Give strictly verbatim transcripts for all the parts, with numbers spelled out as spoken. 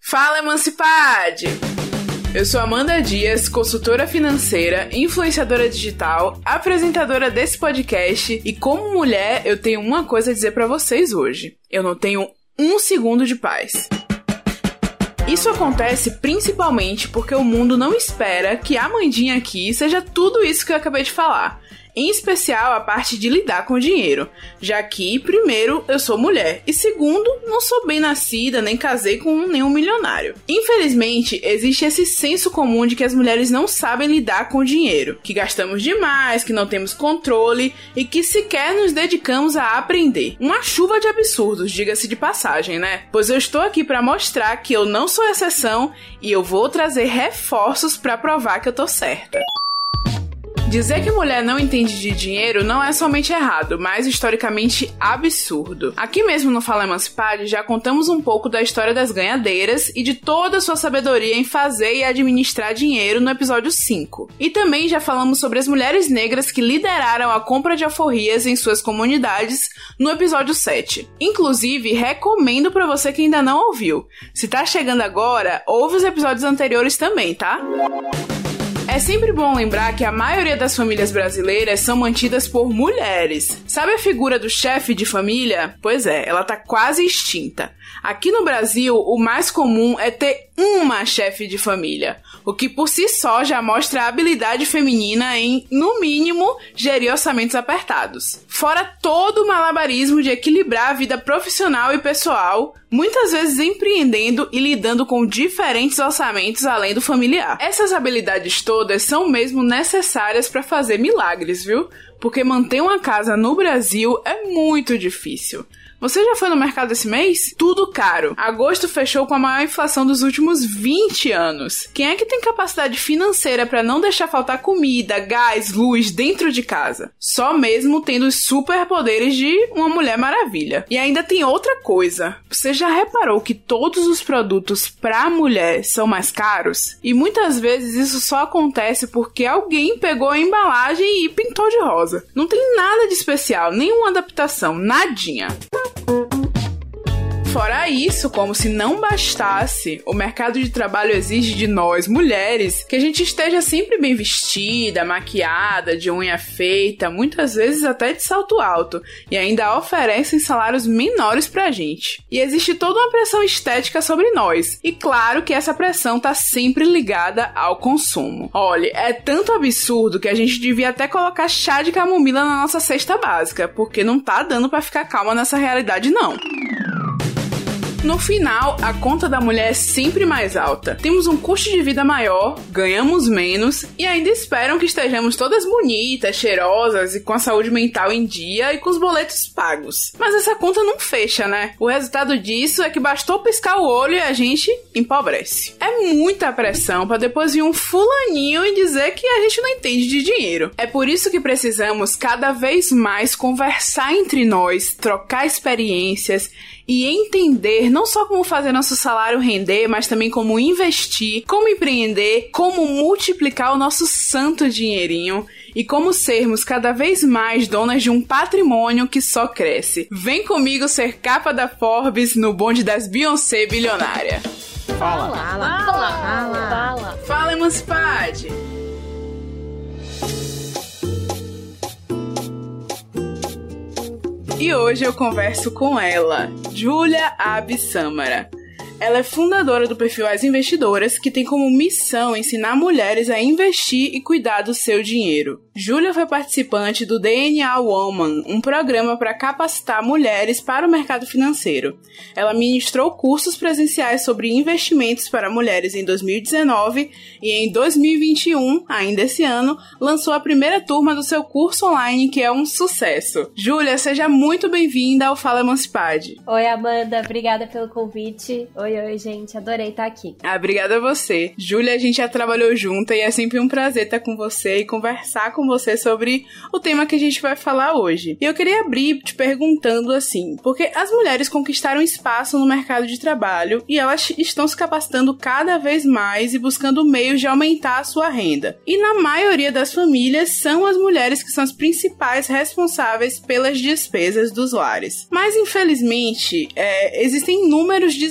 Fala, Emancipade! Eu sou Amanda Dias, consultora financeira, influenciadora digital, apresentadora desse podcast e como mulher eu tenho uma coisa a dizer pra vocês hoje. Eu não tenho um segundo de paz. Isso acontece principalmente porque o mundo não espera que a Amandinha aqui seja tudo isso que eu acabei de falar. Em especial a parte de lidar com o dinheiro, já que, primeiro, eu sou mulher e, segundo, não sou bem nascida nem casei com nenhum milionário. Infelizmente, existe esse senso comum de que as mulheres não sabem lidar com o dinheiro, que gastamos demais, que não temos controle e que sequer nos dedicamos a aprender. Uma chuva de absurdos, diga-se de passagem, né? Pois eu estou aqui para mostrar que eu não sou exceção e eu vou trazer reforços para provar que eu tô certa. Dizer que mulher não entende de dinheiro não é somente errado, mas historicamente absurdo. Aqui mesmo no Fala Emancipade já contamos um pouco da história das ganhadeiras e de toda a sua sabedoria em fazer e administrar dinheiro no episódio cinco. E também já falamos sobre as mulheres negras que lideraram a compra de alforrias em suas comunidades no episódio sete. Inclusive, recomendo pra você que ainda não ouviu. Se tá chegando agora, ouve os episódios anteriores também, tá? É sempre bom lembrar que a maioria das famílias brasileiras são mantidas por mulheres. Sabe a figura do chefe de família? Pois é, ela tá quase extinta. Aqui no Brasil, o mais comum é ter uma chefe de família, o que por si só já mostra a habilidade feminina em, no mínimo, gerir orçamentos apertados. Fora todo o malabarismo de equilibrar a vida profissional e pessoal, muitas vezes empreendendo e lidando com diferentes orçamentos além do familiar. Essas habilidades todas são mesmo necessárias para fazer milagres, viu? Porque manter uma casa no Brasil é muito difícil. Você já foi no mercado esse mês? Tudo caro. Agosto fechou com a maior inflação dos últimos vinte anos. Quem é que tem capacidade financeira para não deixar faltar comida, gás, luz dentro de casa? Só mesmo tendo os superpoderes de uma Mulher Maravilha. E ainda tem outra coisa. Você já reparou que todos os produtos pra mulher são mais caros? E muitas vezes isso só acontece porque alguém pegou a embalagem e pintou de rosa. Não tem nada de especial, nenhuma adaptação, nadinha. Fora isso, como se não bastasse, o mercado de trabalho exige de nós, mulheres, que a gente esteja sempre bem vestida, maquiada, de unha feita, muitas vezes até de salto alto, e ainda oferecem salários menores pra gente. E existe toda uma pressão estética sobre nós, e claro que essa pressão tá sempre ligada ao consumo. Olha, é tanto absurdo que a gente devia até colocar chá de camomila na nossa cesta básica, porque não tá dando pra ficar calma nessa realidade não. No final, a conta da mulher é sempre mais alta. Temos um custo de vida maior, ganhamos menos e ainda esperam que estejamos todas bonitas, cheirosas e com a saúde mental em dia e com os boletos pagos. Mas essa conta não fecha, né? O resultado disso é que bastou piscar o olho e a gente empobrece. É muita pressão para depois vir um fulaninho e dizer que a gente não entende de dinheiro. É por isso que precisamos cada vez mais conversar entre nós, trocar experiências e entender não só como fazer nosso salário render, mas também como investir, como empreender, como multiplicar o nosso santo dinheirinho e como sermos cada vez mais donas de um patrimônio que só cresce. Vem comigo ser capa da Forbes no bonde das Beyoncé bilionária. Fala! Fala! Fala! Fala, Fala. Fala Emancipade! E hoje eu converso com ela, Júlia Absamara. Ela é fundadora do perfil As Investidoras, que tem como missão ensinar mulheres a investir e cuidar do seu dinheiro. Júlia foi participante do D N A Woman, um programa para capacitar mulheres para o mercado financeiro. Ela ministrou cursos presenciais sobre investimentos para mulheres em dois mil e dezenove e em dois mil e vinte e um, ainda esse ano, lançou a primeira turma do seu curso online, que é um sucesso. Júlia, seja muito bem-vinda ao Fala Emancipade. Oi, Amanda, obrigada pelo convite. Oi, oi, gente, adorei estar aqui. Ah, obrigada a você. Júlia, a gente já trabalhou junto e é sempre um prazer estar com você e conversar com você sobre o tema que a gente vai falar hoje. E eu queria abrir te perguntando assim, porque as mulheres conquistaram espaço no mercado de trabalho e elas estão se capacitando cada vez mais e buscando meios de aumentar a sua renda. E na maioria das famílias são as mulheres que são as principais responsáveis pelas despesas dos lares. Mas infelizmente, é, existem inúmeros desafios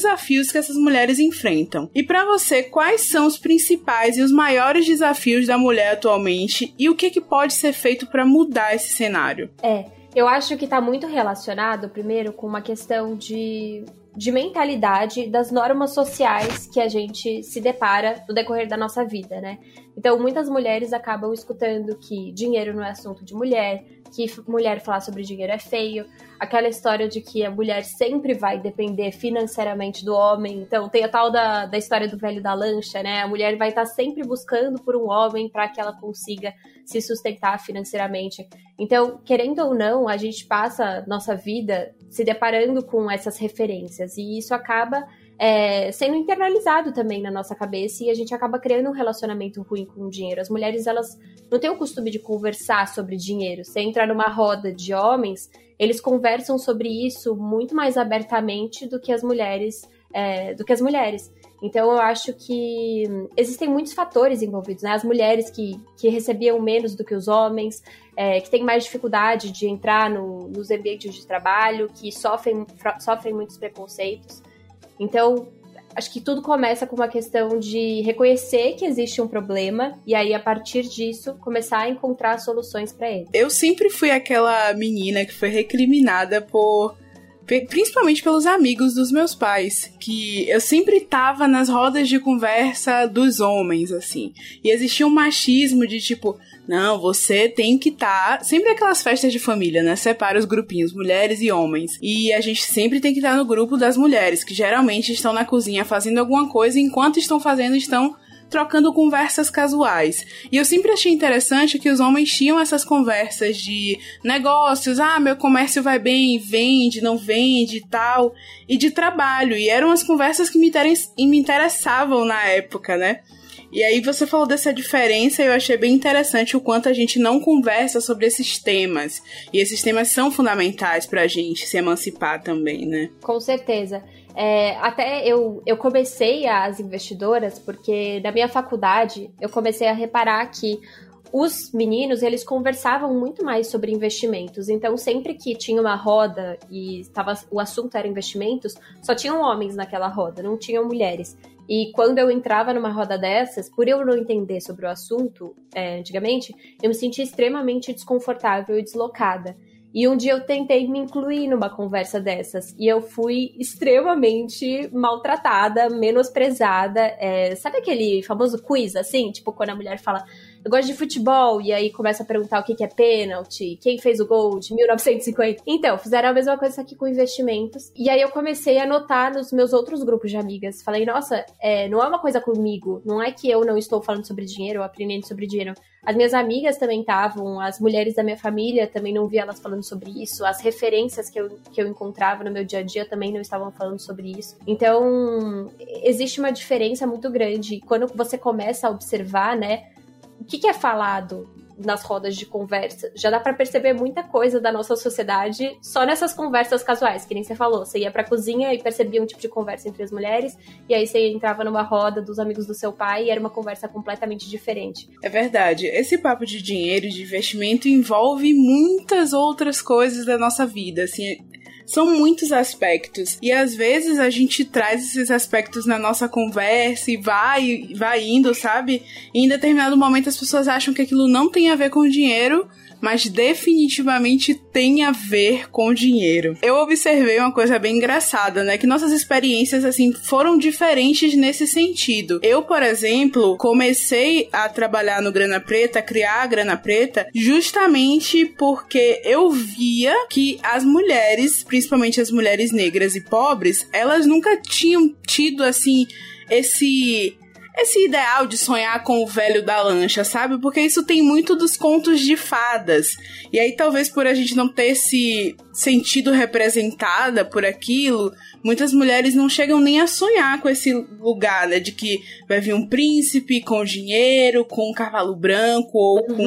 desafios que essas mulheres enfrentam. E pra você, quais são os principais e os maiores desafios da mulher atualmente e o que, que pode ser feito pra mudar esse cenário? É, eu acho que tá muito relacionado, primeiro, com uma questão de... de mentalidade das normas sociais que a gente se depara no decorrer da nossa vida, né? Então, muitas mulheres acabam escutando que dinheiro não é assunto de mulher, que mulher falar sobre dinheiro é feio, aquela história de que a mulher sempre vai depender financeiramente do homem. Então, tem a tal da, da história do velho da lancha, né? A mulher vai estar sempre buscando por um homem para que ela consiga se sustentar financeiramente. Então, querendo ou não, a gente passa nossa vida se deparando com essas referências e isso acaba é, sendo internalizado também na nossa cabeça e a gente acaba criando um relacionamento ruim com o dinheiro. As mulheres, elas não têm o costume de conversar sobre dinheiro. Você entra numa roda de homens, eles conversam sobre isso muito mais abertamente do que as mulheres, é, do que as mulheres. Então, eu acho que existem muitos fatores envolvidos, né? As mulheres que, que recebiam menos do que os homens, é, que têm mais dificuldade de entrar no, nos ambientes de trabalho, que sofrem, sofrem muitos preconceitos. Então, acho que tudo começa com uma questão de reconhecer que existe um problema e aí, a partir disso, começar a encontrar soluções para ele. Eu sempre fui aquela menina que foi recriminada por... principalmente pelos amigos dos meus pais, que eu sempre tava nas rodas de conversa dos homens, assim, e existia um machismo de tipo, não, você tem que estar, tá... sempre aquelas festas de família, né, separa os grupinhos, mulheres e homens, e a gente sempre tem que estar tá no grupo das mulheres, que geralmente estão na cozinha fazendo alguma coisa, e enquanto estão fazendo, estão trocando conversas casuais. E eu sempre achei interessante que os homens tinham essas conversas de negócios, ah, meu comércio vai bem, vende, não vende e tal, e de trabalho. E eram as conversas que me, interes- me interessavam na época, né? E aí você falou dessa diferença e eu achei bem interessante o quanto a gente não conversa sobre esses temas. E esses temas são fundamentais pra gente se emancipar também, né? Com certeza. É, até eu, eu comecei as investidoras porque na minha faculdade eu comecei a reparar que os meninos, eles conversavam muito mais sobre investimentos. Então, sempre que tinha uma roda e tava, o assunto era investimentos, só tinham homens naquela roda, não tinham mulheres. E quando eu entrava numa roda dessas, por eu não entender sobre o assunto é, antigamente, eu me sentia extremamente desconfortável e deslocada. E um dia eu tentei me incluir numa conversa dessas e eu fui extremamente maltratada, menosprezada. É, sabe aquele famoso quiz, assim? Tipo, quando a mulher fala, eu gosto de futebol, e aí começa a perguntar o que, que é pênalti, quem fez o gol de mil novecentos e cinquenta. Então, fizeram a mesma coisa aqui com investimentos. E aí eu comecei a notar nos meus outros grupos de amigas. Falei, nossa, é, não é uma coisa comigo. Não é que eu não estou falando sobre dinheiro ou aprendendo sobre dinheiro. As minhas amigas também estavam, as mulheres da minha família também não via elas falando sobre isso, as referências que eu, que eu encontrava no meu dia a dia também não estavam falando sobre isso. Então, existe uma diferença muito grande. Quando você começa a observar, né, o que, que é falado nas rodas de conversa, já dá pra perceber muita coisa da nossa sociedade só nessas conversas casuais, que nem você falou. Você ia pra cozinha e percebia um tipo de conversa entre as mulheres, e aí você entrava numa roda dos amigos do seu pai e era uma conversa completamente diferente. É verdade. Esse papo de dinheiro e de investimento envolve muitas outras coisas da nossa vida, assim... São muitos aspectos, e às vezes a gente traz esses aspectos na nossa conversa e vai, vai indo, sabe? E em determinado momento as pessoas acham que aquilo não tem a ver com dinheiro, mas definitivamente tem a ver com dinheiro. Eu observei uma coisa bem engraçada, né? Que nossas experiências, assim, foram diferentes nesse sentido. Eu, por exemplo, comecei a trabalhar no Grana Preta, a criar a Grana Preta, justamente porque eu via que as mulheres, principalmente as mulheres negras e pobres, elas nunca tinham tido, assim, esse... esse ideal de sonhar com o velho da lancha, sabe? Porque isso tem muito dos contos de fadas. E aí, talvez por a gente não ter se sentido representada por aquilo, muitas mulheres não chegam nem a sonhar com esse lugar, né? De que vai vir um príncipe com dinheiro, com um cavalo branco, ou com...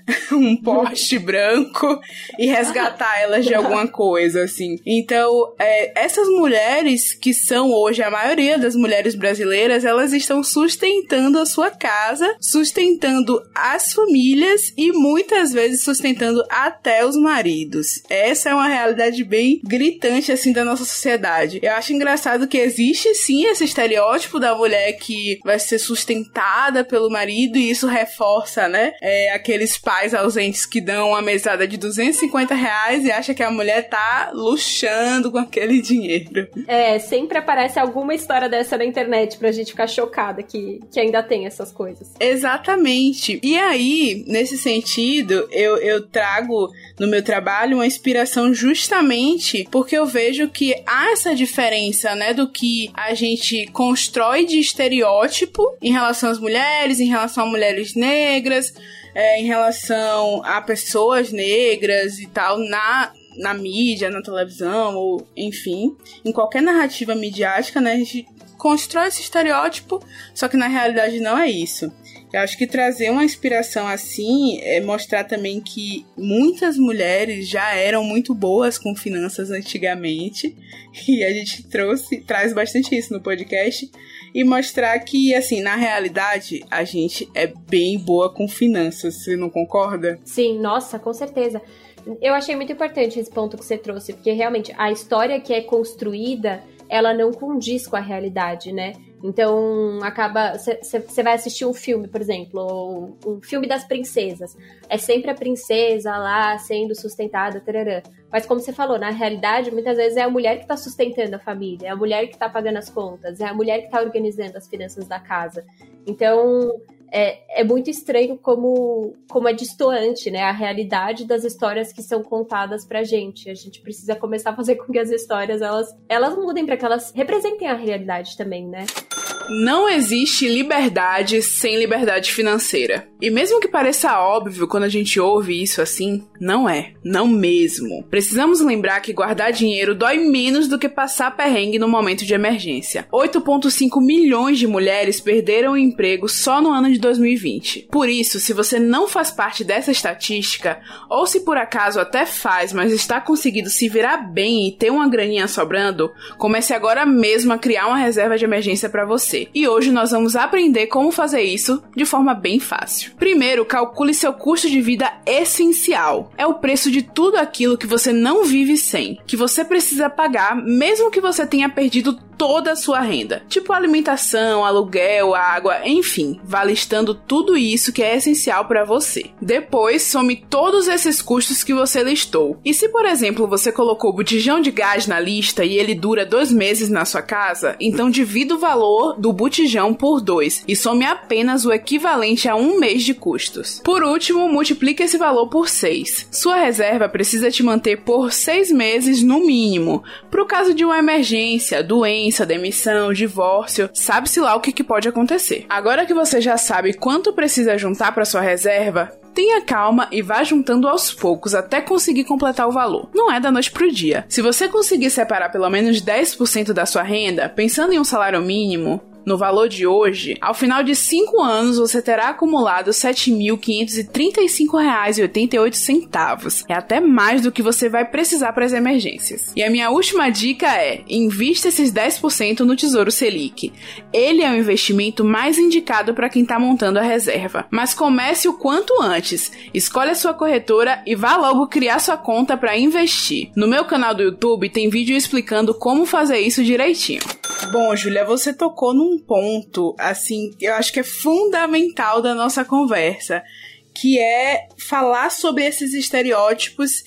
um Porsche branco e resgatar elas de alguma coisa, assim. Então, é, essas mulheres, que são hoje a maioria das mulheres brasileiras, elas estão sustentando a sua casa, sustentando as famílias e muitas vezes sustentando até os maridos. Essa é uma realidade bem gritante, assim, da nossa sociedade. Eu acho engraçado que existe, sim, esse estereótipo da mulher que vai ser sustentada pelo marido, e isso reforça, né, é, aqueles pais ausentes que dão uma mesada de duzentos e cinquenta reais e acha que a mulher tá luxando com aquele dinheiro. É, sempre aparece alguma história dessa na internet pra gente ficar chocada que, que ainda tem essas coisas. Exatamente. E aí, nesse sentido, eu, eu trago no meu trabalho uma inspiração justamente porque eu vejo que há essa diferença, né, do que a gente constrói de estereótipo em relação às mulheres, em relação a mulheres negras, é, em relação a pessoas negras e tal, na, na mídia, na televisão, ou enfim, em qualquer narrativa midiática, né, a gente constrói esse estereótipo, só que na realidade não é isso. Eu acho que trazer uma inspiração assim é mostrar também que muitas mulheres já eram muito boas com finanças antigamente, e a gente trouxe, traz bastante isso no podcast, e mostrar que, assim, na realidade, a gente é bem boa com finanças, você não concorda? Sim, nossa, com certeza. Eu achei muito importante esse ponto que você trouxe, porque realmente a história que é construída, ela não condiz com a realidade, né? Então, acaba... Você vai assistir um filme, por exemplo, um filme das princesas. É sempre a princesa lá sendo sustentada, tararã. Mas como você falou, na realidade, muitas vezes é a mulher que está sustentando a família, é a mulher que está pagando as contas, é a mulher que está organizando as finanças da casa. Então... É, é muito estranho como, como é distoante, né? A realidade das histórias que são contadas pra gente. A gente precisa começar a fazer com que as histórias, elas, elas mudem pra que elas representem a realidade também, né? Não existe liberdade sem liberdade financeira. E mesmo que pareça óbvio quando a gente ouve isso assim, não é. Não mesmo. Precisamos lembrar que guardar dinheiro dói menos do que passar perrengue no momento de emergência. oito vírgula cinco milhões de mulheres perderam o emprego só no ano de dois mil e vinte. Por isso, se você não faz parte dessa estatística, ou se por acaso até faz, mas está conseguindo se virar bem e ter uma graninha sobrando, comece agora mesmo a criar uma reserva de emergência para você. E hoje nós vamos aprender como fazer isso de forma bem fácil. Primeiro, calcule seu custo de vida essencial. É o preço de tudo aquilo que você não vive sem, que você precisa pagar mesmo que você tenha perdido toda a sua renda. Tipo alimentação, aluguel, água, enfim, vá listando tudo isso que é essencial para você. Depois, some todos esses custos que você listou. E se, por exemplo, você colocou o botijão de gás na lista e ele dura dois meses na sua casa, então divida o valor do botijão por dois e some apenas o equivalente a um mês de custos. Por último, multiplique esse valor por seis. Sua reserva precisa te manter por seis meses no mínimo, para o caso de uma emergência, doença, demissão, divórcio, sabe-se lá o que, que pode acontecer. Agora que você já sabe quanto precisa juntar para sua reserva, tenha calma e vá juntando aos poucos até conseguir completar o valor. Não é da noite pro dia. Se você conseguir separar pelo menos dez por cento da sua renda, pensando em um salário mínimo, no valor de hoje, ao final de cinco anos você terá acumulado sete mil quinhentos e trinta e cinco reais e oitenta e oito centavos. É até mais do que você vai precisar para as emergências. E a minha última dica é: invista esses dez por cento no Tesouro Selic. Ele é o investimento mais indicado para quem está montando a reserva. Mas comece o quanto antes. Escolha a sua corretora e vá logo criar sua conta para investir. No meu canal do YouTube tem vídeo explicando como fazer isso direitinho. Bom, Júlia, você tocou num ponto, assim, eu acho que é fundamental da nossa conversa, que é falar sobre esses estereótipos,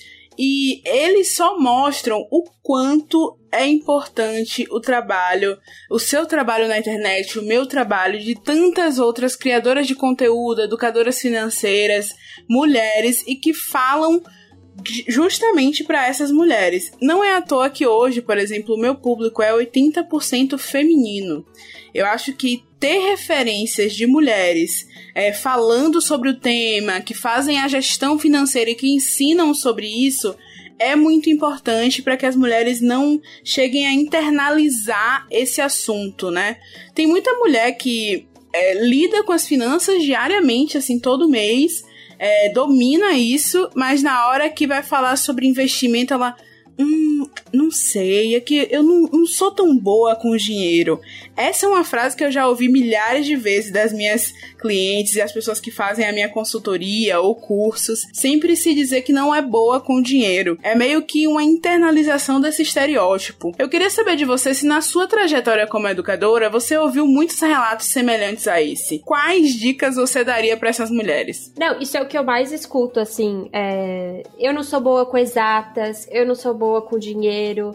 e eles só mostram o quanto é importante o trabalho, o seu trabalho na internet, o meu trabalho, de tantas outras criadoras de conteúdo, educadoras financeiras, mulheres, e que falam justamente para essas mulheres. Não é à toa que hoje, por exemplo, o meu público é oitenta por cento feminino. Eu acho que ter referências de mulheres é, falando sobre o tema, que fazem a gestão financeira e que ensinam sobre isso, é muito importante para que as mulheres não cheguem a internalizar esse assunto, né? Tem muita mulher que é, lida com as finanças diariamente, assim, todo mês, é, domina isso, mas na hora que vai falar sobre investimento, ela... Hum, não sei, é que eu não, não sou tão boa com dinheiro. Essa é uma frase que eu já ouvi milhares de vezes das minhas clientes e as pessoas que fazem a minha consultoria ou cursos, sempre se dizer que não é boa com dinheiro. É meio que uma internalização desse estereótipo. Eu queria saber de você se na sua trajetória como educadora você ouviu muitos relatos semelhantes a esse. Quais dicas você daria para essas mulheres? Não, isso é o que eu mais escuto, assim, é... eu não sou boa com exatas, eu não sou boa com dinheiro.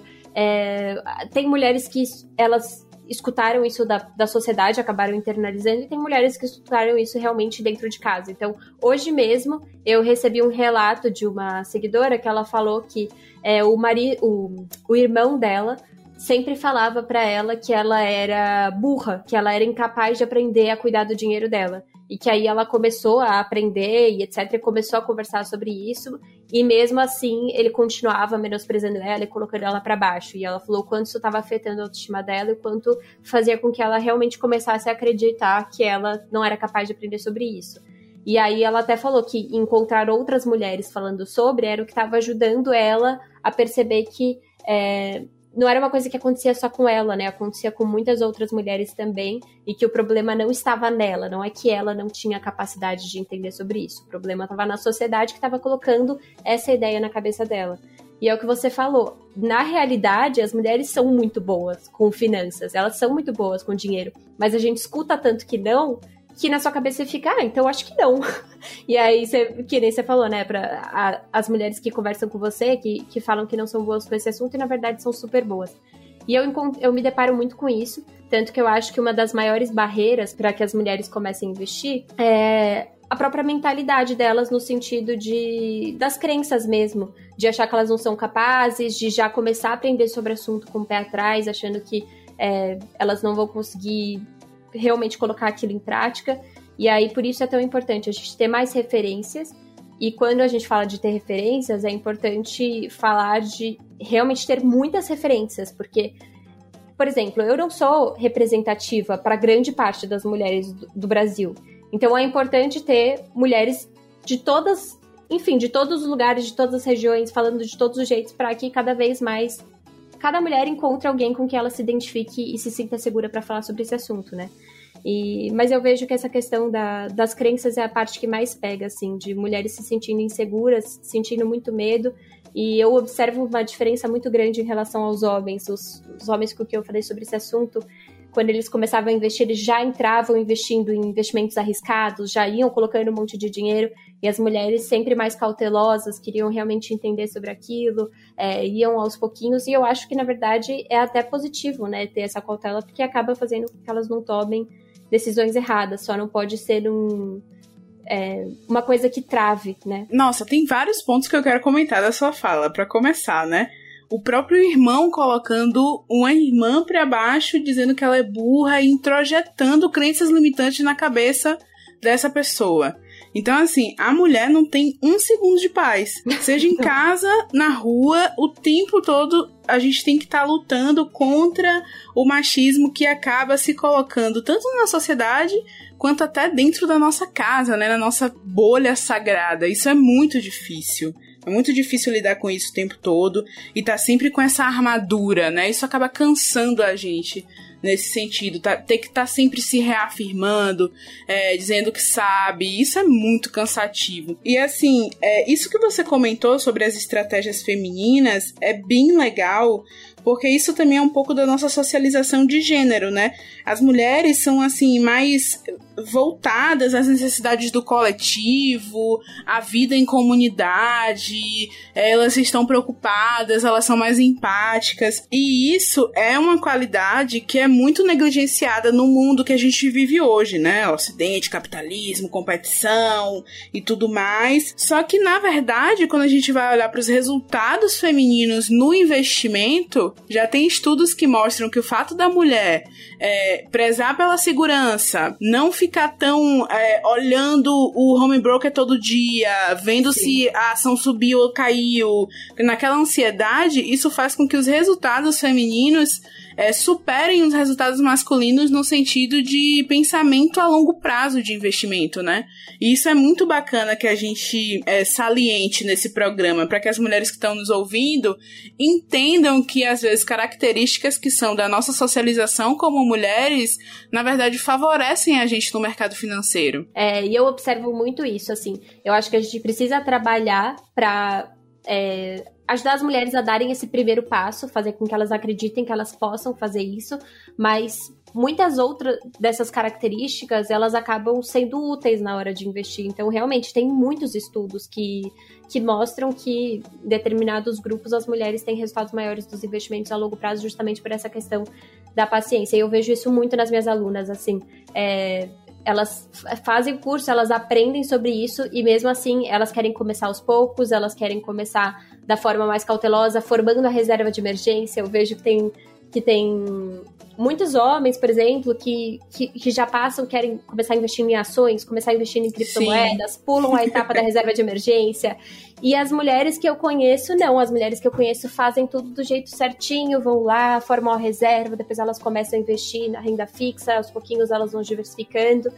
É, tem mulheres que elas escutaram isso da, da sociedade, acabaram internalizando, e tem mulheres que escutaram isso realmente dentro de casa. Então, hoje mesmo, eu recebi um relato de uma seguidora que ela falou que é, o, mari, o, o irmão dela sempre falava pra ela que ela era burra, que ela era incapaz de aprender a cuidar do dinheiro dela. E que aí ela começou a aprender e etcétera, e começou a conversar sobre isso, e mesmo assim ele continuava menosprezando ela e colocando ela pra baixo. E ela falou o quanto isso estava afetando a autoestima dela e o quanto fazia com que ela realmente começasse a acreditar que ela não era capaz de aprender sobre isso. E aí ela até falou que encontrar outras mulheres falando sobre era o que estava ajudando ela a perceber que... É, não era uma coisa que acontecia só com ela, né? Acontecia com muitas outras mulheres também, e que o problema não estava nela, não é que ela não tinha capacidade de entender sobre isso. O problema estava na sociedade que estava colocando essa ideia na cabeça dela. E é o que você falou. Na realidade, as mulheres são muito boas com finanças, elas são muito boas com dinheiro, mas a gente escuta tanto que não, que na sua cabeça você fica, ah, então acho que não. E aí, você, que nem você falou, né, para a, as mulheres que conversam com você, que, que falam que não são boas com esse assunto, e na verdade são super boas. E eu, eu me deparo muito com isso, tanto que eu acho que uma das maiores barreiras para que as mulheres comecem a investir é a própria mentalidade delas, no sentido de das crenças mesmo, de achar que elas não são capazes, de já começar a aprender sobre o assunto com o pé atrás, achando que é, elas não vão conseguir realmente colocar aquilo em prática. E aí por isso é tão importante a gente ter mais referências, e quando a gente fala de ter referências é importante falar de realmente ter muitas referências, porque, por exemplo, eu não sou representativa para grande parte das mulheres do, do Brasil, então é importante ter mulheres de todas, enfim, de todos os lugares, de todas as regiões, falando de todos os jeitos, para que cada vez mais cada mulher encontre alguém com quem ela se identifique e se sinta segura para falar sobre esse assunto, né? E, mas eu vejo que essa questão da, das crenças é a parte que mais pega, assim, de mulheres se sentindo inseguras, sentindo muito medo, e eu observo uma diferença muito grande em relação aos homens. Os, os homens com quem eu falei sobre esse assunto, quando eles começavam a investir, eles já entravam investindo em investimentos arriscados, já iam colocando um monte de dinheiro, e as mulheres sempre mais cautelosas, queriam realmente entender sobre aquilo, é, iam aos pouquinhos, e eu acho que, na verdade, é até positivo, né, ter essa cautela, porque acaba fazendo com que elas não tomem decisões erradas, só não pode ser um... É, uma coisa que trave, né? Nossa, tem vários pontos que eu quero comentar da sua fala, pra começar, né? O próprio irmão colocando uma irmã pra baixo, dizendo que ela é burra e introjetando crenças limitantes na cabeça dessa pessoa. Então, assim, a mulher não tem um segundo de paz. Seja em casa, na rua, o tempo todo a gente tem que estar tá lutando contra o machismo que acaba se colocando tanto na sociedade quanto até dentro da nossa casa, né? Na nossa bolha sagrada. Isso é muito difícil. É muito difícil lidar com isso o tempo todo e tá sempre com essa armadura, né? Isso acaba cansando a gente nesse sentido. Tá, ter que estar tá sempre se reafirmando, é, dizendo que sabe. Isso é muito cansativo. E assim, é, isso que você comentou sobre as estratégias femininas é bem legal, porque isso também é um pouco da nossa socialização de gênero, né? As mulheres são, assim, mais voltadas às necessidades do coletivo, à vida em comunidade, elas estão preocupadas, elas são mais empáticas, e isso é uma qualidade que é muito negligenciada no mundo que a gente vive hoje, né? Ocidente, capitalismo, competição e tudo mais. Só que, na verdade, quando a gente vai olhar para os resultados femininos no investimento, já tem estudos que mostram que o fato da mulher é, prezar pela segurança, não ficar tão é, olhando o home broker todo dia, vendo Sim. se a ação subiu ou caiu, naquela ansiedade, isso faz com que os resultados femininos é, superem os resultados masculinos no sentido de pensamento a longo prazo de investimento, né? E isso é muito bacana que a gente é, saliente nesse programa, para que as mulheres que estão nos ouvindo entendam que, às vezes, características que são da nossa socialização como mulheres, na verdade, favorecem a gente no mercado financeiro. É, e eu observo muito isso, assim. Eu acho que a gente precisa trabalhar para é, ajudar as mulheres a darem esse primeiro passo, fazer com que elas acreditem que elas possam fazer isso, mas muitas outras dessas características, elas acabam sendo úteis na hora de investir. Então, realmente, tem muitos estudos que, que mostram que em determinados grupos as mulheres têm resultados maiores dos investimentos a longo prazo, justamente por essa questão da paciência. E eu vejo isso muito nas minhas alunas, assim, é, elas fazem curso, elas aprendem sobre isso e mesmo assim elas querem começar aos poucos, elas querem começar da forma mais cautelosa, formando a reserva de emergência. Eu vejo que tem, que tem muitos homens, por exemplo, que, que, que já passam, querem começar a investir em ações, começar a investir em criptomoedas, Sim. pulam a etapa da reserva de emergência. E as mulheres que eu conheço, não. As mulheres que eu conheço fazem tudo do jeito certinho, vão lá, formam a reserva, depois elas começam a investir na renda fixa, aos pouquinhos elas vão diversificando.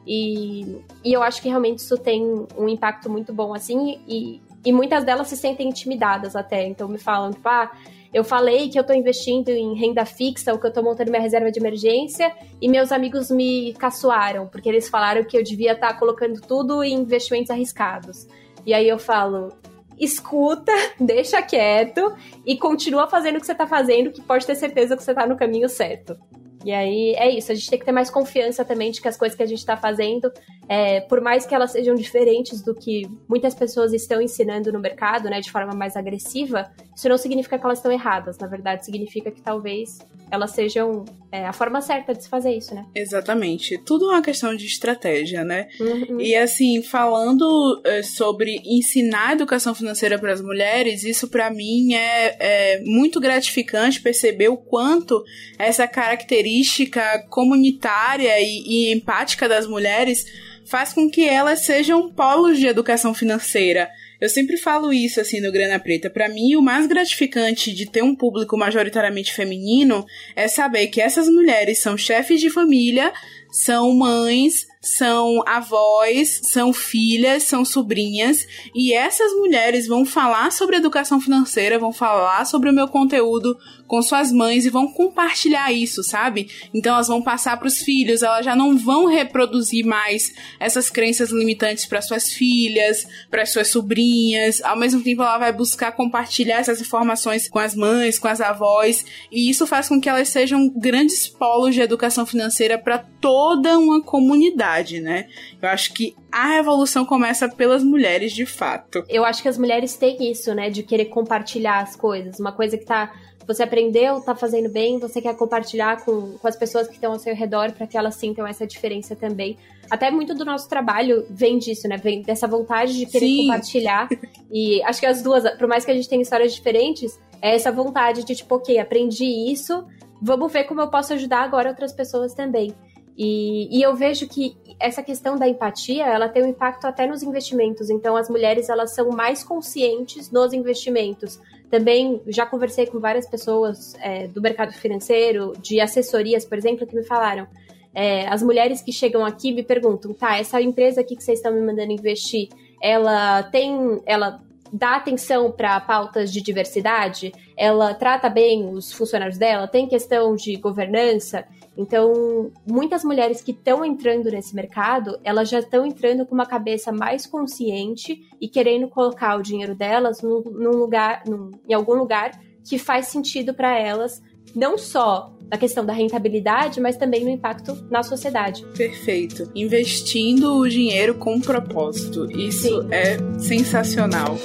E, e eu acho que realmente isso tem um impacto muito bom, assim, e, e muitas delas se sentem intimidadas até. Então me falam, tipo, ah, eu falei que eu tô investindo em renda fixa, ou que eu tô montando minha reserva de emergência, e meus amigos me caçoaram, porque eles falaram que eu devia estar colocando tudo em investimentos arriscados. E aí eu falo, escuta, deixa quieto e continua fazendo o que você tá fazendo, que pode ter certeza que você tá no caminho certo. E aí é isso, a gente tem que ter mais confiança também de que as coisas que a gente tá fazendo, é, por mais que elas sejam diferentes do que muitas pessoas estão ensinando no mercado, né, de forma mais agressiva, isso não significa que elas estão erradas, na verdade significa que talvez elas sejam é, a forma certa de se fazer isso, né? Exatamente, tudo é uma questão de estratégia, né? Uhum. E assim, falando é, sobre ensinar educação financeira para as mulheres, isso para mim é, é muito gratificante perceber o quanto essa característica comunitária e, e empática das mulheres faz com que elas sejam polos de educação financeira. Eu sempre falo isso, assim, no Grana Preta. Pra mim, o mais gratificante de ter um público majoritariamente feminino é saber que essas mulheres são chefes de família, são mães, são avós, são filhas, são sobrinhas, e essas mulheres vão falar sobre educação financeira, vão falar sobre o meu conteúdo com suas mães e vão compartilhar isso, sabe? Então elas vão passar para os filhos, elas já não vão reproduzir mais essas crenças limitantes para suas filhas, para suas sobrinhas, ao mesmo tempo ela vai buscar compartilhar essas informações com as mães, com as avós, e isso faz com que elas sejam grandes polos de educação financeira para toda uma comunidade, né? Eu acho que a revolução começa pelas mulheres, de fato. Eu acho que as mulheres têm isso, né? De querer compartilhar as coisas. Uma coisa que tá... Você aprendeu, tá fazendo bem, você quer compartilhar com, com as pessoas que estão ao seu redor para que elas sintam essa diferença também. Até muito do nosso trabalho vem disso, né? Vem dessa vontade de querer Sim. compartilhar. E acho que as duas, por mais que a gente tenha histórias diferentes, é essa vontade de, tipo, ok, aprendi isso, vamos ver como eu posso ajudar agora outras pessoas também. E, e eu vejo que essa questão da empatia, ela tem um impacto até nos investimentos. Então, as mulheres, elas são mais conscientes nos investimentos. Também, já conversei com várias pessoas é, do mercado financeiro, de assessorias, por exemplo, que me falaram. É, as mulheres que chegam aqui me perguntam, tá, essa empresa aqui que vocês estão me mandando investir, ela tem... ela dá atenção para pautas de diversidade? Ela trata bem os funcionários dela? Tem questão de governança? Então, muitas mulheres que estão entrando nesse mercado, elas já estão entrando com uma cabeça mais consciente e querendo colocar o dinheiro delas num, num lugar, num, em algum lugar que faz sentido para elas, não só na questão da rentabilidade, mas também no impacto na sociedade. Perfeito. Investindo o dinheiro com propósito. Isso Sim. é sensacional.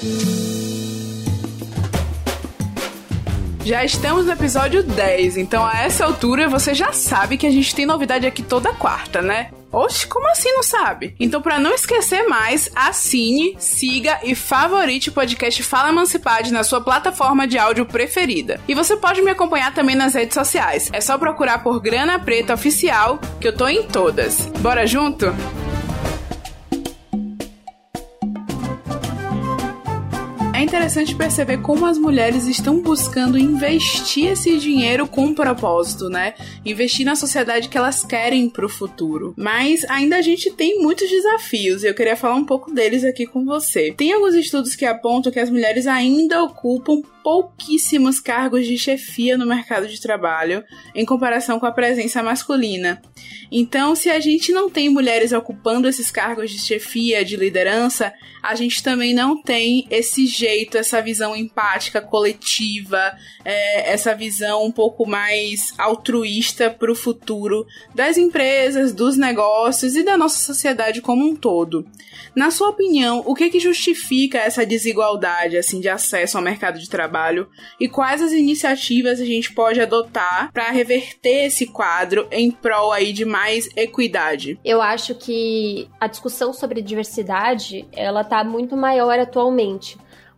Já estamos no episódio dez, então a essa altura você já sabe que a gente tem novidade aqui toda quarta, né? Oxe, como assim não sabe? Então, pra não esquecer mais, assine, siga e favorite o podcast Fala Emancipade na sua plataforma de áudio preferida. E você pode me acompanhar também nas redes sociais. É só procurar por Grana Preta Oficial, que eu tô em todas. Bora junto? É interessante perceber como as mulheres estão buscando investir esse dinheiro com propósito, né? Investir na sociedade que elas querem pro futuro. Mas ainda a gente tem muitos desafios e eu queria falar um pouco deles aqui com você. Tem alguns estudos que apontam que as mulheres ainda ocupam pouquíssimos cargos de chefia no mercado de trabalho em comparação com a presença masculina. Então, se a gente não tem mulheres ocupando esses cargos de chefia, de liderança, a gente também não tem esse jeito, essa visão empática, coletiva, é, essa visão um pouco mais altruísta para o futuro das empresas, dos negócios e da nossa sociedade como um todo. Na sua opinião, o que que justifica essa desigualdade assim, de acesso ao mercado de trabalho e quais as iniciativas a gente pode adotar para reverter esse quadro em prol aí de mais equidade? Eu acho que a discussão sobre diversidade, ela tá muito maior atualmente,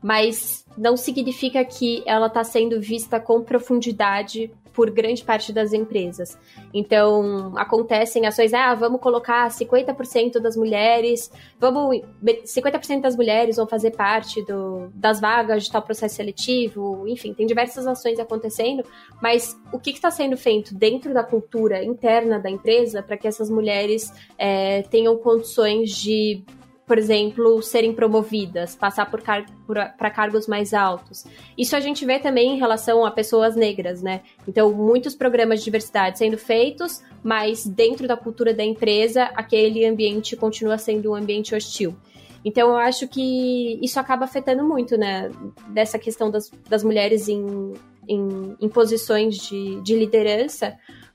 mas não significa que ela está sendo vista com profundidade por grande parte das empresas. Então, acontecem ações, ah, vamos colocar cinquenta por cento das mulheres, vamos, cinquenta por cento das mulheres vão fazer parte do, das vagas de tal processo seletivo, enfim, tem diversas ações acontecendo, mas o que está sendo feito dentro da cultura interna da empresa para que essas mulheres é, tenham condições de, por exemplo, serem promovidas, passar por car- para cargos mais altos. Isso a gente vê também em relação a pessoas negras, né? Então, muitos programas de diversidade sendo feitos, mas dentro da cultura da empresa, aquele ambiente continua sendo um ambiente hostil. Então, eu acho que isso acaba afetando muito, né? Dessa questão das, das mulheres em, em, em posições de, de liderança,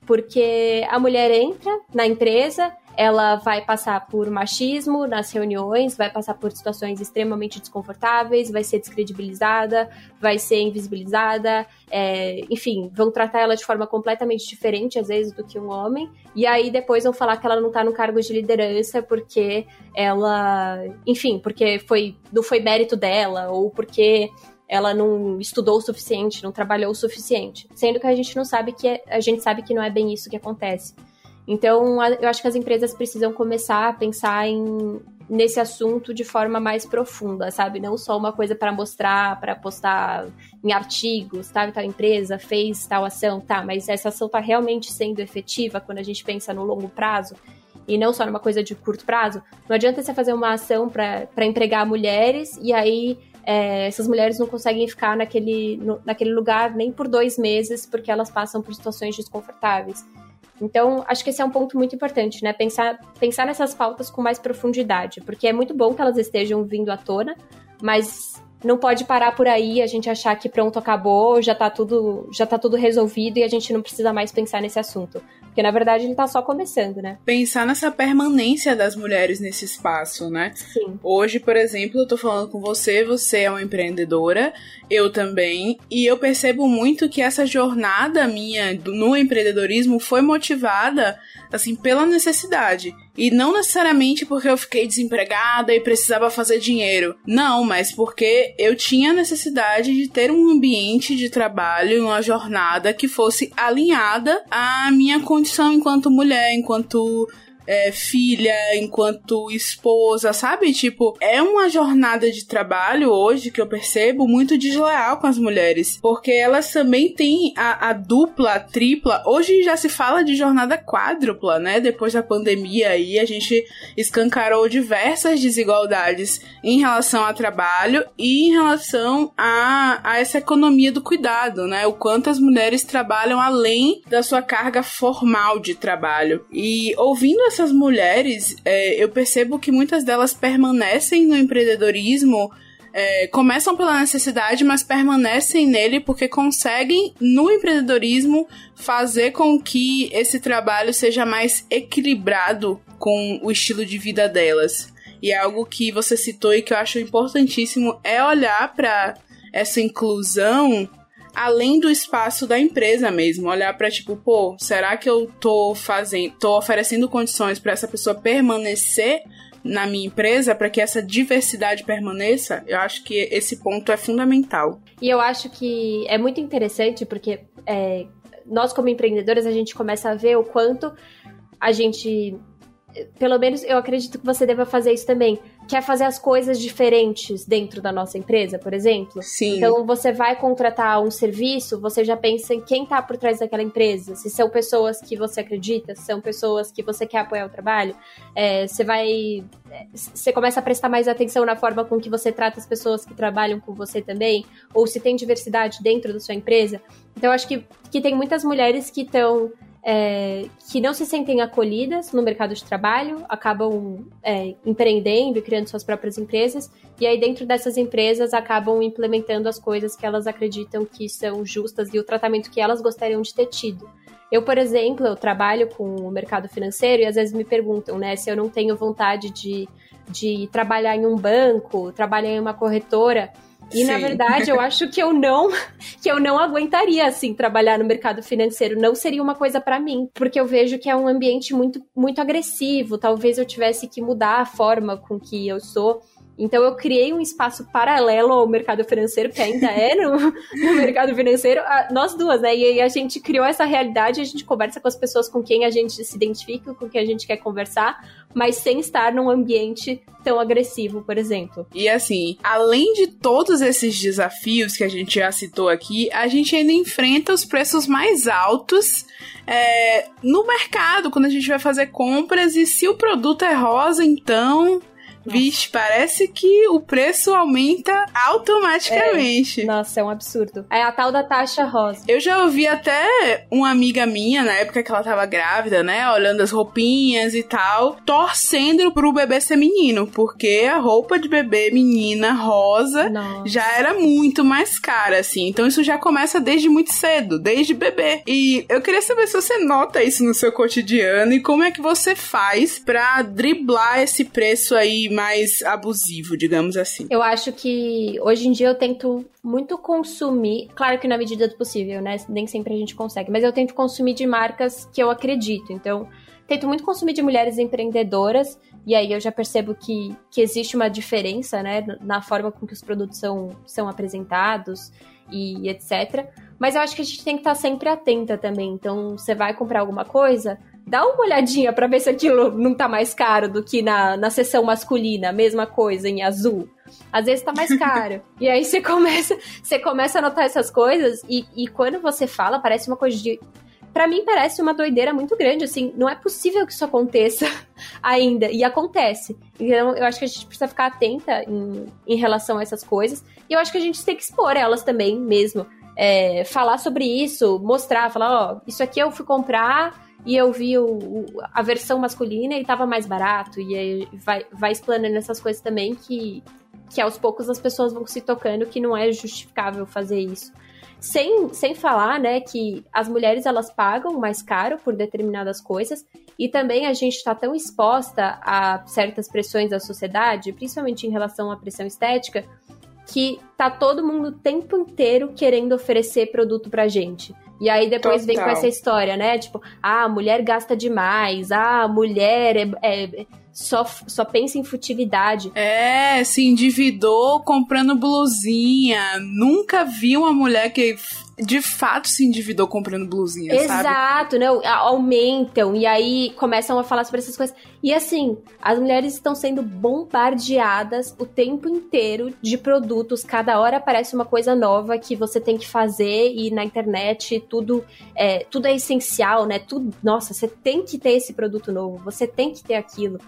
porque a mulher entra na empresa, ela vai passar por machismo nas reuniões, vai passar por situações extremamente desconfortáveis, vai ser descredibilizada, vai ser invisibilizada, é, enfim, vão tratar ela de forma completamente diferente, às vezes, do que um homem, e aí depois vão falar que ela não tá no cargo de liderança porque ela, enfim, porque foi, não foi mérito dela, ou porque ela não estudou o suficiente, não trabalhou o suficiente, sendo que a gente não sabe que é, a gente sabe que não é bem isso que acontece. Então, eu acho que as empresas precisam começar a pensar em, nesse assunto de forma mais profunda, sabe? Não só uma coisa para mostrar, para postar em artigos, tá? Tal empresa fez tal ação, tá? Mas essa ação tá realmente sendo efetiva quando a gente pensa no longo prazo e não só numa coisa de curto prazo. Não adianta você fazer uma ação para empregar mulheres e aí é, essas mulheres não conseguem ficar naquele, no, naquele lugar nem por dois meses porque elas passam por situações desconfortáveis. Então, acho que esse é um ponto muito importante, né? Pensar, pensar nessas pautas com mais profundidade, porque é muito bom que elas estejam vindo à tona, mas não pode parar por aí, a gente achar que pronto, acabou, já tá tudo, já tá tudo resolvido e a gente não precisa mais pensar nesse assunto. Porque, na verdade, ele tá só começando, né? Pensar nessa permanência das mulheres nesse espaço, né? Sim. Hoje, por exemplo, eu tô falando com você, você é uma empreendedora, eu também, e eu percebo muito que essa jornada minha no empreendedorismo foi motivada, assim, pela necessidade. E não necessariamente porque eu fiquei desempregada e precisava fazer dinheiro. Não, mas porque eu tinha necessidade de ter um ambiente de trabalho, uma jornada que fosse alinhada à minha condição enquanto mulher, enquanto é, filha, enquanto esposa, sabe? Tipo, é uma jornada de trabalho hoje que eu percebo muito desleal com as mulheres, porque elas também têm a, a dupla, a tripla, hoje já se fala de jornada quádrupla, né? Depois da pandemia aí a gente escancarou diversas desigualdades em relação ao trabalho e em relação a, a essa economia do cuidado, né? O quanto as mulheres trabalham além da sua carga formal de trabalho. E ouvindo essas mulheres, é, eu percebo que muitas delas permanecem no empreendedorismo, é, começam pela necessidade, mas permanecem nele porque conseguem, no empreendedorismo, fazer com que esse trabalho seja mais equilibrado com o estilo de vida delas. E algo que você citou e que eu acho importantíssimo é olhar para essa inclusão além do espaço da empresa mesmo, olhar pra tipo, pô, será que eu tô fazendo, tô oferecendo condições para essa pessoa permanecer na minha empresa, para que essa diversidade permaneça? Eu acho que esse ponto é fundamental. E eu acho que é muito interessante porque é, nós como empreendedoras a gente começa a ver o quanto a gente pelo menos eu acredito que você deva fazer isso também. Quer fazer as coisas diferentes dentro da nossa empresa, por exemplo? Sim. Então, você vai contratar um serviço, você já pensa em quem tá por trás daquela empresa. Se são pessoas que você acredita, se são pessoas que você quer apoiar o trabalho. É, você vai... Você começa a prestar mais atenção na forma com que você trata as pessoas que trabalham com você também. Ou se tem diversidade dentro da sua empresa. Então, eu acho que, que tem muitas mulheres que estão... É, que não se sentem acolhidas no mercado de trabalho, acabam é, empreendendo e criando suas próprias empresas, e aí dentro dessas empresas acabam implementando as coisas que elas acreditam que são justas e o tratamento que elas gostariam de ter tido. Eu, por exemplo, eu trabalho com o mercado financeiro e às vezes me perguntam, né, se eu não tenho vontade de, de trabalhar em um banco, trabalhar em uma corretora. E, Sim. na verdade, eu acho que eu não que eu não aguentaria, assim, trabalhar no mercado financeiro. Não seria uma coisa pra mim, porque eu vejo que é um ambiente muito, muito agressivo. Talvez eu tivesse que mudar a forma com que eu sou. Então, eu criei um espaço paralelo ao mercado financeiro, que ainda é no, no mercado financeiro, a, nós duas, né? E aí a gente criou essa realidade, a gente conversa com as pessoas com quem a gente se identifica, com quem a gente quer conversar, mas sem estar num ambiente tão agressivo, por exemplo. E assim, além de todos esses desafios que a gente já citou aqui, a gente ainda enfrenta os preços mais altos é, no mercado, quando a gente vai fazer compras, e se o produto é rosa, então... Nossa. Vixe, parece que o preço aumenta automaticamente. É. Nossa, é um absurdo. É a tal da taxa rosa. Eu já ouvi até uma amiga minha, na época que ela tava grávida, né, olhando as roupinhas e tal, torcendo pro bebê ser menino, porque a roupa de bebê menina rosa Nossa. já era muito mais cara, assim. Então isso já começa desde muito cedo, desde bebê. E eu queria saber se você nota isso no seu cotidiano e como é que você faz pra driblar esse preço aí mais abusivo, digamos assim. Eu acho que hoje em dia eu tento muito consumir, claro que na medida do possível, né? Nem sempre a gente consegue, mas eu tento consumir de marcas que eu acredito. Então, tento muito consumir de mulheres empreendedoras, e aí eu já percebo que, que existe uma diferença, né? Na forma com que os produtos são, são apresentados e etcétera. Mas eu acho que a gente tem que estar sempre atenta também. Então, você vai comprar alguma coisa... Dá uma olhadinha pra ver se aquilo não tá mais caro do que na, na seção masculina, mesma coisa, em azul. Às vezes tá mais caro. E aí você começa, você começa a notar essas coisas e, e quando você fala, parece uma coisa de... Pra mim parece uma doideira muito grande, assim, não é possível que isso aconteça ainda, e acontece. Então eu acho que a gente precisa ficar atenta em, em relação a essas coisas, e eu acho que a gente tem que expor elas também mesmo. É, falar sobre isso, mostrar, falar, ó, isso aqui eu fui comprar... E eu vi o, o, a versão masculina e tava mais barato. E aí vai, vai explanando essas coisas também que, que aos poucos as pessoas vão se tocando que não é justificável fazer isso. Sem, sem falar, né, que as mulheres elas pagam mais caro por determinadas coisas. E também a gente tá tão exposta a certas pressões da sociedade, principalmente em relação à pressão estética, que tá todo mundo o tempo inteiro querendo oferecer produto pra gente. E aí depois Total. vem com essa história, né? Tipo, ah, a mulher gasta demais, ah, a mulher é, é, só, só pensa em futilidade. É, se endividou comprando blusinha. Nunca vi uma mulher que de fato se endividou comprando blusinha, Exato, sabe? Exato, né? Aumentam e aí começam a falar sobre essas coisas. E assim, as mulheres estão sendo bombardeadas o tempo inteiro de produtos. Cada hora aparece uma coisa nova que você tem que fazer e na internet tudo é, tudo é essencial, né? Tudo, nossa, você tem que ter esse produto novo, você tem que ter aquilo.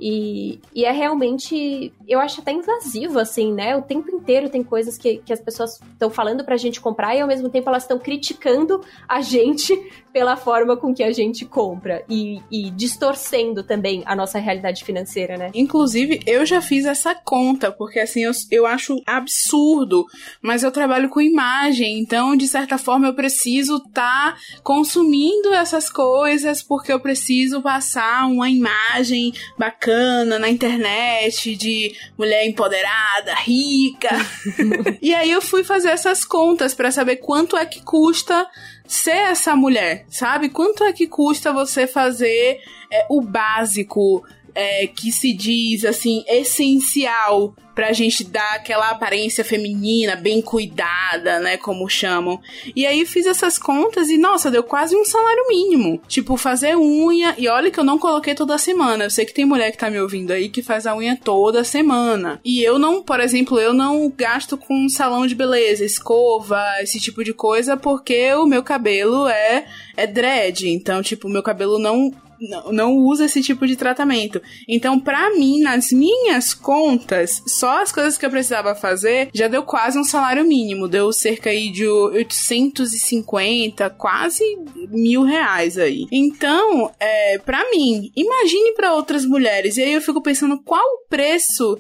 E, e é realmente, eu acho até invasivo, assim, né? O tempo inteiro tem coisas que, que as pessoas estão falando pra gente comprar e ao mesmo tempo elas estão criticando a gente pela forma com que a gente compra e, e distorcendo também a nossa realidade financeira, né? Inclusive, eu já fiz essa conta, porque assim, eu, eu acho absurdo, mas eu trabalho com imagem, então, de certa forma, eu preciso estar tá consumindo essas coisas porque eu preciso passar uma imagem bacana na internet, de mulher empoderada, rica. E aí eu fui fazer essas contas pra saber quanto é que custa ser essa mulher, sabe? Quanto é que custa você fazer é, o básico é, que se diz, assim, essencial pra gente dar aquela aparência feminina, bem cuidada, né, como chamam. E aí fiz essas contas e, nossa, deu quase um salário mínimo. Tipo, fazer unha, e olha que eu não coloquei toda semana. Eu sei que tem mulher que tá me ouvindo aí que faz a unha toda semana. E eu não, por exemplo, eu não gasto com salão de beleza, escova, esse tipo de coisa, porque o meu cabelo é, é dread. Então, tipo, o meu cabelo não... Não, não usa esse tipo de tratamento. Então, pra mim, nas minhas contas, só as coisas que eu precisava fazer já deu quase um salário mínimo. Deu cerca aí de oitocentos e cinquenta, quase mil reais aí. Então, é, pra mim, imagine pra outras mulheres. E aí eu fico pensando qual o preço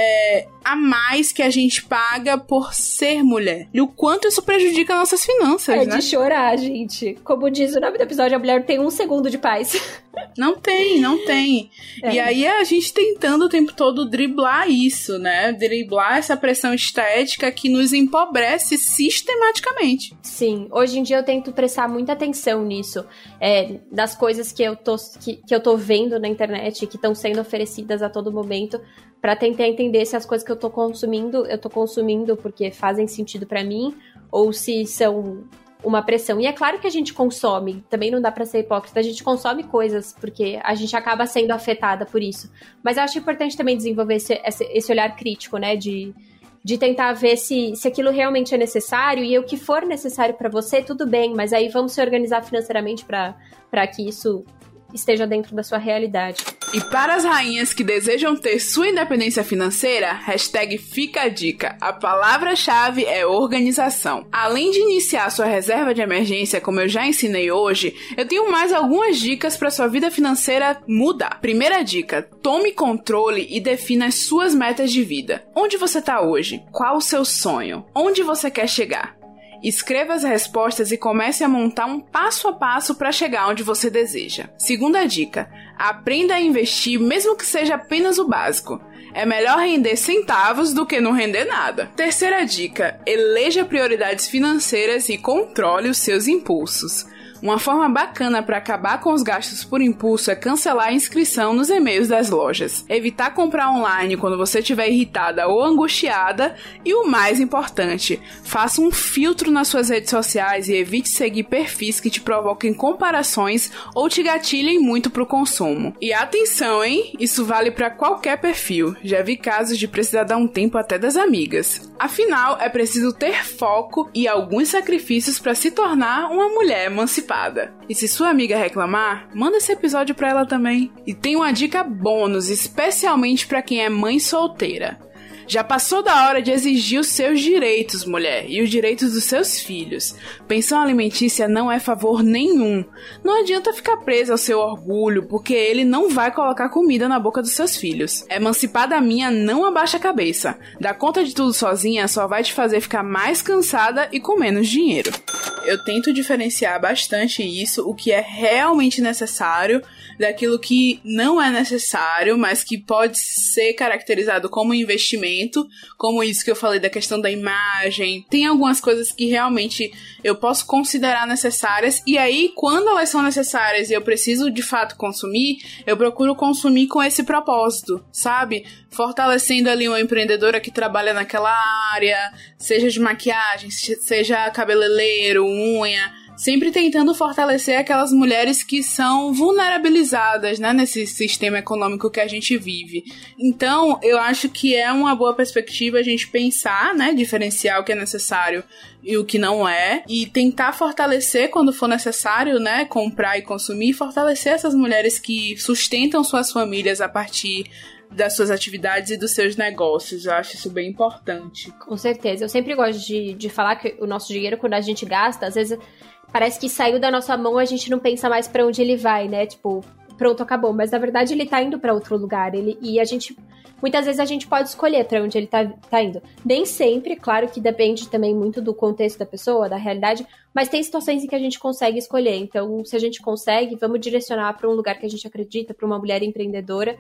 é, a mais que a gente paga por ser mulher. E o quanto isso prejudica nossas finanças, é né? É de chorar, gente. Como diz o nome do episódio, a mulher tem um segundo de paz. Não tem, não tem. É. E aí a gente tentando o tempo todo driblar isso, né? Driblar essa pressão estética que nos empobrece sistematicamente. Sim, hoje em dia eu tento prestar muita atenção nisso. É, das coisas que eu tô, que, que eu tô vendo na internet, que estão sendo oferecidas a todo momento, pra tentar entender se as coisas que eu tô consumindo, eu tô consumindo porque fazem sentido pra mim, ou se são... uma pressão. E é claro que a gente consome, também não dá pra ser hipócrita, a gente consome coisas porque a gente acaba sendo afetada por isso. Mas eu acho importante também desenvolver esse, esse olhar crítico, né, de, de tentar ver se, se aquilo realmente é necessário, e o que for necessário pra você, tudo bem, mas aí vamos se organizar financeiramente pra, pra que isso esteja dentro da sua realidade. E para as rainhas que desejam ter sua independência financeira, hashtag fica a dica. A palavra-chave é organização. Além de iniciar sua reserva de emergência, como eu já ensinei hoje, eu tenho mais algumas dicas para sua vida financeira mudar. Primeira dica, tome controle e defina as suas metas de vida. Onde você está hoje? Qual o seu sonho? Onde você quer chegar? Escreva as respostas e comece a montar um passo a passo para chegar onde você deseja. Segunda dica, aprenda a investir mesmo que seja apenas o básico. É melhor render centavos do que não render nada. Terceira dica, eleja prioridades financeiras e controle os seus impulsos. Uma forma bacana para acabar com os gastos por impulso é cancelar a inscrição nos e-mails das lojas. Evitar comprar online quando você estiver irritada ou angustiada. E o mais importante, faça um filtro nas suas redes sociais e evite seguir perfis que te provoquem comparações ou te gatilhem muito pro consumo. E atenção, hein? Isso vale para qualquer perfil. Já vi casos de precisar dar um tempo até das amigas. Afinal, é preciso ter foco e alguns sacrifícios para se tornar uma mulher emancipada. E se sua amiga reclamar, manda esse episódio pra ela também. E tem uma dica bônus, especialmente pra quem é mãe solteira. Já passou da hora de exigir os seus direitos, mulher, e os direitos dos seus filhos. Pensão alimentícia não é favor nenhum. Não adianta ficar presa ao seu orgulho, porque ele não vai colocar comida na boca dos seus filhos. Emancipada minha não abaixa a cabeça. Dar conta de tudo sozinha só vai te fazer ficar mais cansada e com menos dinheiro. Eu tento diferenciar bastante isso, o que é realmente necessário, daquilo que não é necessário, mas que pode ser caracterizado como investimento, como isso que eu falei da questão da imagem. Tem algumas coisas que realmente eu posso considerar necessárias, e aí, quando elas são necessárias e eu preciso de fato consumir, eu procuro consumir com esse propósito, sabe? Fortalecendo ali uma empreendedora que trabalha naquela área, seja de maquiagem, seja cabeleireiro, unha, sempre tentando fortalecer aquelas mulheres que são vulnerabilizadas, né, nesse sistema econômico que a gente vive. Então, eu acho que é uma boa perspectiva a gente pensar, né, diferenciar o que é necessário e o que não é, e tentar fortalecer quando for necessário, né, comprar e consumir, fortalecer essas mulheres que sustentam suas famílias a partir das suas atividades e dos seus negócios. Eu acho isso bem importante. Com certeza. Eu sempre gosto de, de falar que o nosso dinheiro, quando a gente gasta, às vezes parece que saiu da nossa mão, a gente não pensa mais pra onde ele vai, né? Tipo, pronto, acabou. Mas na verdade ele tá indo pra outro lugar. Ele, e a gente... Muitas vezes a gente pode escolher pra onde ele tá, tá indo. Nem sempre, claro que depende também muito do contexto da pessoa, da realidade, mas tem situações em que a gente consegue escolher. Então, se a gente consegue, vamos direcionar pra um lugar que a gente acredita, pra uma mulher empreendedora,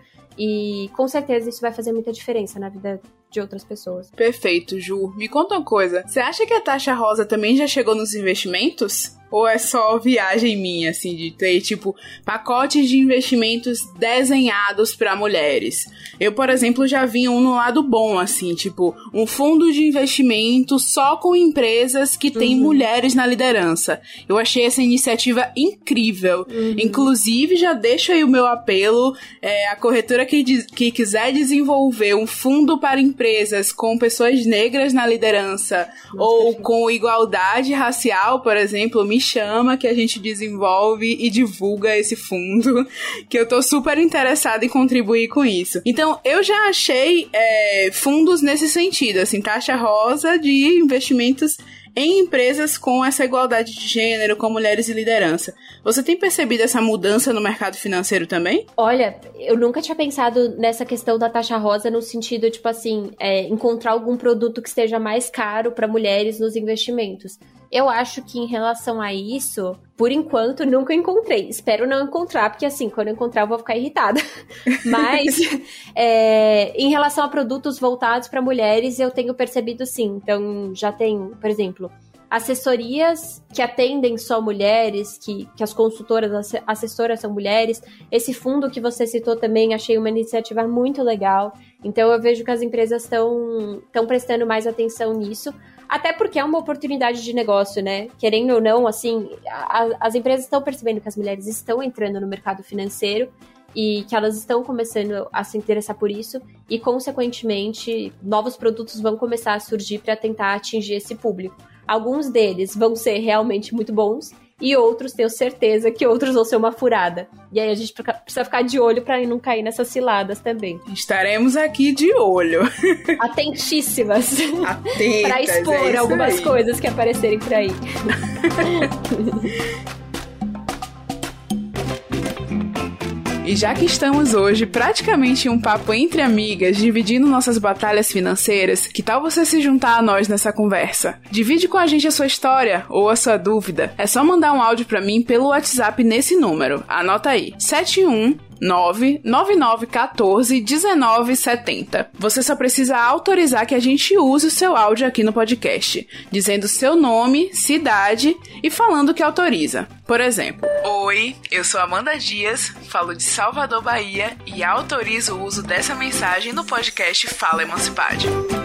e com certeza isso vai fazer muita diferença na vida de outras pessoas. Perfeito, Ju. Me conta uma coisa. Você acha que a taxa rosa também já chegou nos investimentos? Ou é só viagem minha, assim, de ter, tipo, pacotes de investimentos desenhados para mulheres? Eu, por exemplo, já vi um no lado bom, assim, tipo, um fundo de investimento só com empresas que têm uhum. mulheres na liderança. Eu achei essa iniciativa incrível. Uhum. Inclusive, já deixo aí o meu apelo, é, a corretora que, que quiser desenvolver um fundo para empresas com pessoas negras na liderança, Nossa, ou perfeito. Com igualdade racial, por exemplo, me chama que a gente desenvolve e divulga esse fundo, que eu tô super interessada em contribuir com isso. Então, eu já achei é, fundos nesse sentido, assim, taxa rosa de investimentos em empresas com essa igualdade de gênero, com mulheres em liderança. Você tem percebido essa mudança no mercado financeiro também? Olha, eu nunca tinha pensado nessa questão da taxa rosa no sentido, tipo assim, é, encontrar algum produto que esteja mais caro para mulheres nos investimentos. Eu acho que em relação a isso, por enquanto, nunca encontrei. Espero não encontrar, porque assim, quando eu encontrar eu vou ficar irritada. Mas, é, em relação a produtos voltados para mulheres, eu tenho percebido sim. Então, já tem, por exemplo, assessorias que atendem só mulheres, que, que as consultoras, as assessoras são mulheres. Esse fundo que você citou também, achei uma iniciativa muito legal. Então, eu vejo que as empresas estão estão prestando mais atenção nisso. Até porque é uma oportunidade de negócio, né? Querendo ou não, assim, a, as empresas estão percebendo que as mulheres estão entrando no mercado financeiro e que elas estão começando a se interessar por isso e, consequentemente, novos produtos vão começar a surgir para tentar atingir esse público. Alguns deles vão ser realmente muito bons e outros, tenho certeza que outros vão ser uma furada. E aí a gente precisa ficar de olho para não cair nessas ciladas também. Estaremos aqui de olho. Atentíssimas. Atentas, para expor é algumas aí. coisas que aparecerem por aí. E já que estamos hoje praticamente em um papo entre amigas, dividindo nossas batalhas financeiras, que tal você se juntar a nós nessa conversa? Divide com a gente a sua história ou a sua dúvida. É só mandar um áudio pra mim pelo WhatsApp nesse número. Anota aí. sete um nove nove nove um quatro um nove sete zero. Você só precisa autorizar que a gente use o seu áudio aqui no podcast, dizendo seu nome, cidade e falando que autoriza. Por exemplo, oi, eu sou Amanda Dias, falo de Salvador, Bahia e autorizo o uso dessa mensagem no podcast Fala Emancipade.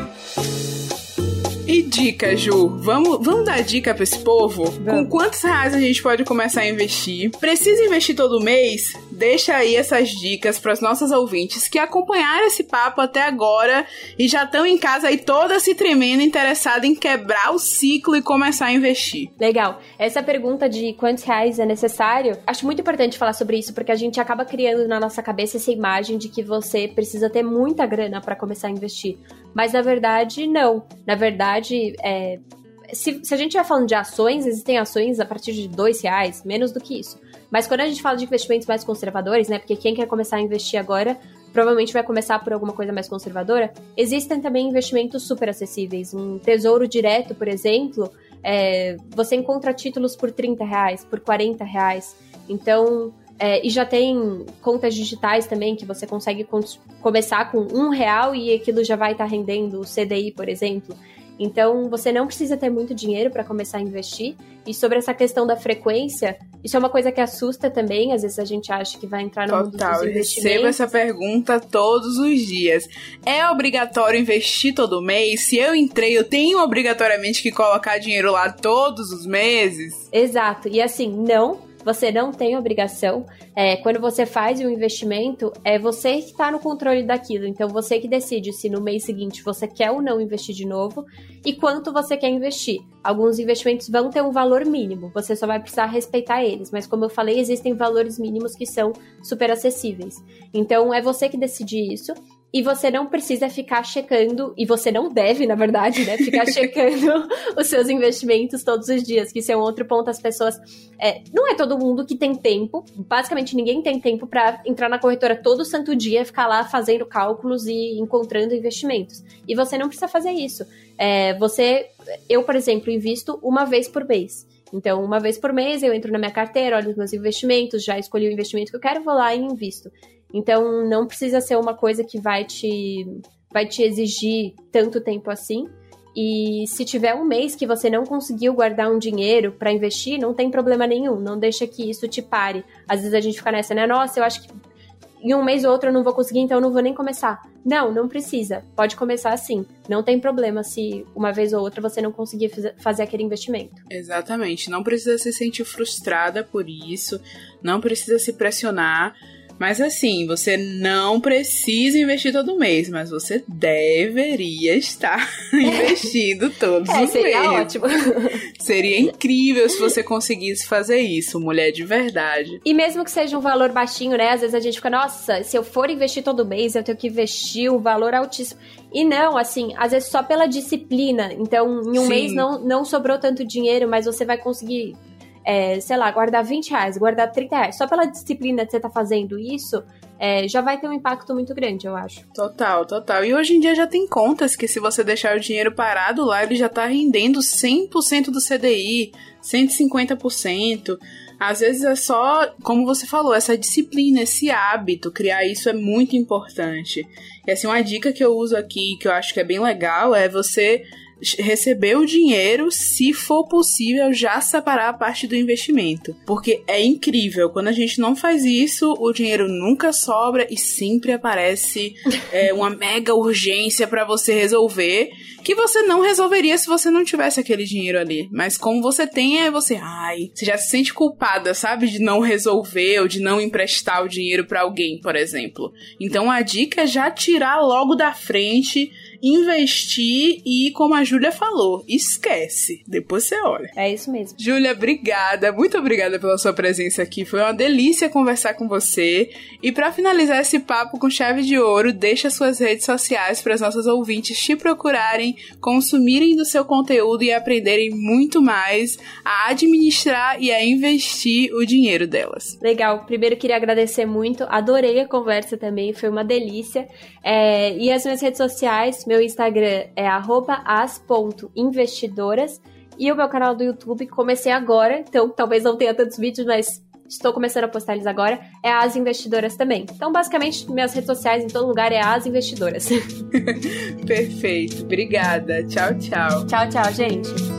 E dica, Ju? Vamos, vamos dar dica pra esse povo? Vamos. Com quantos reais a gente pode começar a investir? Precisa investir todo mês? Deixa aí essas dicas para os nossos ouvintes que acompanharam esse papo até agora e já estão em casa aí toda se tremendo, interessada em quebrar o ciclo e começar a investir. Legal. Essa pergunta de quantos reais é necessário, acho muito importante falar sobre isso, porque a gente acaba criando na nossa cabeça essa imagem de que você precisa ter muita grana para começar a investir. Mas, na verdade, não. Na verdade, é, se, se a gente estiver falando de ações, existem ações a partir de dois reais, menos do que isso. Mas quando a gente fala de investimentos mais conservadores, né, porque quem quer começar a investir agora provavelmente vai começar por alguma coisa mais conservadora, existem também investimentos super acessíveis. Um tesouro direto, por exemplo, é, você encontra títulos por trinta reais, por quarenta reais. Então... É, e já tem contas digitais também que você consegue con- começar com um real e aquilo já vai estar tá rendendo o C D I, por exemplo. Então, você não precisa ter muito dinheiro para começar a investir. E sobre essa questão da frequência, isso é uma coisa que assusta também. Às vezes a gente acha que vai entrar no mundo dos investimentos. Total, eu recebo essa pergunta todos os dias. É obrigatório investir todo mês? Se eu entrei, eu tenho obrigatoriamente que colocar dinheiro lá todos os meses? Exato. E assim, não... Você não tem obrigação. É, quando você faz um investimento, é você que está no controle daquilo. Então, você que decide se no mês seguinte você quer ou não investir de novo e quanto você quer investir. Alguns investimentos vão ter um valor mínimo. Você só vai precisar respeitar eles. Mas, como eu falei, existem valores mínimos que são super acessíveis. Então, é você que decide isso. E você não precisa ficar checando, e você não deve, na verdade, né, ficar checando os seus investimentos todos os dias, que isso é um outro ponto. As pessoas, é, não é todo mundo que tem tempo, basicamente ninguém tem tempo para entrar na corretora todo santo dia, ficar lá fazendo cálculos e encontrando investimentos. E você não precisa fazer isso. É, você, eu, por exemplo, invisto uma vez por mês. Então, uma vez por mês eu entro na minha carteira, olho os meus investimentos, já escolhi o investimento que eu quero, vou lá e invisto. Então, não precisa ser uma coisa que vai te, vai te exigir tanto tempo assim. E se tiver um mês que você não conseguiu guardar um dinheiro para investir, não tem problema nenhum. Não deixa que isso te pare. Às vezes a gente fica nessa, né? Nossa, eu acho que em um mês ou outro eu não vou conseguir, então eu não vou nem começar. Não, não precisa. Pode começar assim. Não tem problema se uma vez ou outra você não conseguir fazer aquele investimento. Exatamente. Não precisa se sentir frustrada por isso. Não precisa se pressionar. Mas assim, você não precisa investir todo mês, mas você deveria estar investindo todos é, os seria meses. Ótimo. Seria incrível se você conseguisse fazer isso, mulher de verdade. E mesmo que seja um valor baixinho, né? Às vezes a gente fica, nossa, se eu for investir todo mês, eu tenho que investir um valor altíssimo. E não, assim, às vezes só pela disciplina. Então, em um Sim. mês não, não sobrou tanto dinheiro, mas você vai conseguir... É, sei lá, guardar vinte reais, guardar trinta reais, só pela disciplina de você tá fazendo isso, é, já vai ter um impacto muito grande, eu acho. Total, total. E hoje em dia já tem contas que se você deixar o dinheiro parado lá, ele já tá rendendo cem por cento do C D I, cento e cinquenta por cento. Às vezes é só, como você falou, essa disciplina, esse hábito, criar isso é muito importante. E assim, uma dica que eu uso aqui, que eu acho que é bem legal, é você... receber o dinheiro, se for possível, já separar a parte do investimento. Porque é incrível, quando a gente não faz isso, o dinheiro nunca sobra e sempre aparece é, uma mega urgência pra você resolver, que você não resolveria se você não tivesse aquele dinheiro ali. Mas como você tem, é você, ai, você já se sente culpada, sabe? De não resolver ou de não emprestar o dinheiro pra alguém, por exemplo. Então a dica é já tirar logo da frente, investir e, como a Júlia falou, esquece. Depois você olha. É isso mesmo. Júlia, obrigada. Muito obrigada pela sua presença aqui. Foi uma delícia conversar com você. E pra finalizar esse papo com chave de ouro, deixa suas redes sociais para as nossas ouvintes te procurarem, consumirem do seu conteúdo e aprenderem muito mais a administrar e a investir o dinheiro delas. Legal. Primeiro, queria agradecer muito. Adorei a conversa também. Foi uma delícia. É, e as minhas redes sociais... Meu Instagram é arroba as ponto investidoras e o meu canal do YouTube comecei agora, então talvez não tenha tantos vídeos, mas estou começando a postar eles agora, é As Investidoras também. Então, basicamente, minhas redes sociais em todo lugar é As Investidoras. Perfeito, obrigada. Tchau, tchau. Tchau, tchau, gente.